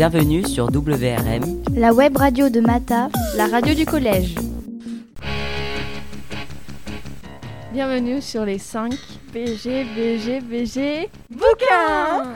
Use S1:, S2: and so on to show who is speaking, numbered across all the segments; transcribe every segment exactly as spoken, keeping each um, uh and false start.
S1: Bienvenue sur W R M,
S2: la web radio de Mata, la radio du collège.
S3: Bienvenue sur les cinq B G, B G, B G, bouquins.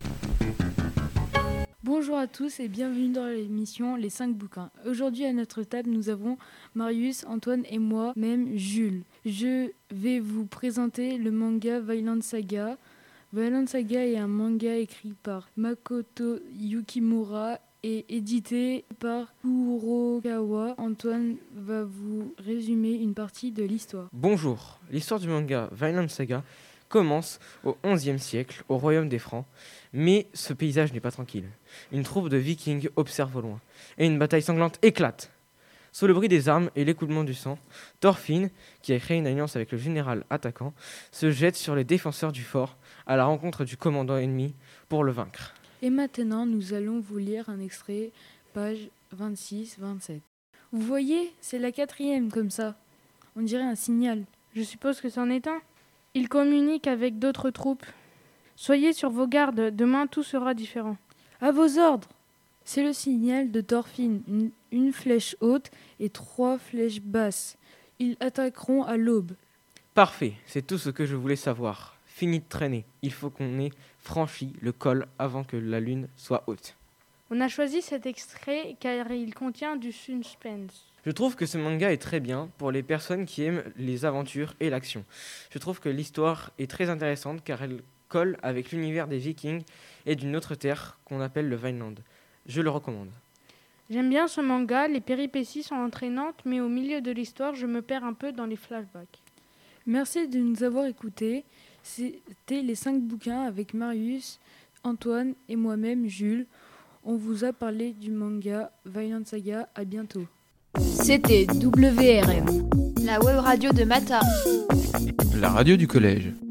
S4: Bonjour à tous et bienvenue dans l'émission Les cinq bouquins. Aujourd'hui à notre table nous avons Marius, Antoine et moi-même Jules. Je vais vous présenter le manga Vinland Saga. Vinland Saga est un manga écrit par Makoto Yukimura et édité par Kurokawa. Antoine va vous résumer une partie de l'histoire.
S5: Bonjour, l'histoire du manga Vinland Saga commence au onzième siècle, au royaume des Francs, mais ce paysage n'est pas tranquille. Une troupe de vikings observe au loin, et une bataille sanglante éclate. Sous le bruit des armes et l'écoulement du sang, Thorfinn, qui a créé une alliance avec le général attaquant, se jette sur les défenseurs du fort à la rencontre du commandant ennemi pour le vaincre.
S4: Et maintenant, nous allons vous lire un extrait, page vingt-six vingt-sept. Vous voyez, c'est la quatrième comme ça. On dirait un signal.
S3: Je suppose que c'en est un. Il communique avec d'autres troupes. Soyez sur vos gardes, demain tout sera différent.
S4: À vos ordres. C'est le signal de Thorfinn, une, une flèche haute et trois flèches basses. Ils attaqueront à l'aube.
S5: Parfait, c'est tout ce que je voulais savoir. Fini de traîner, il faut qu'on ait franchi le col avant que la lune soit haute.
S3: On a choisi cet extrait car il contient du suspense.
S5: Je trouve que ce manga est très bien pour les personnes qui aiment les aventures et l'action. Je trouve que l'histoire est très intéressante car elle colle avec l'univers des Vikings et d'une autre terre qu'on appelle le Vinland. Je le recommande.
S3: J'aime bien ce manga, les péripéties sont entraînantes, mais au milieu de l'histoire, je me perds un peu dans les flashbacks.
S4: Merci de nous avoir écoutés. C'était les cinq bouquins avec Marius, Antoine et moi-même, Jules. On vous a parlé du manga Vinland Saga. À bientôt.
S2: C'était W R M, la web radio de Mata,
S6: la radio du collège.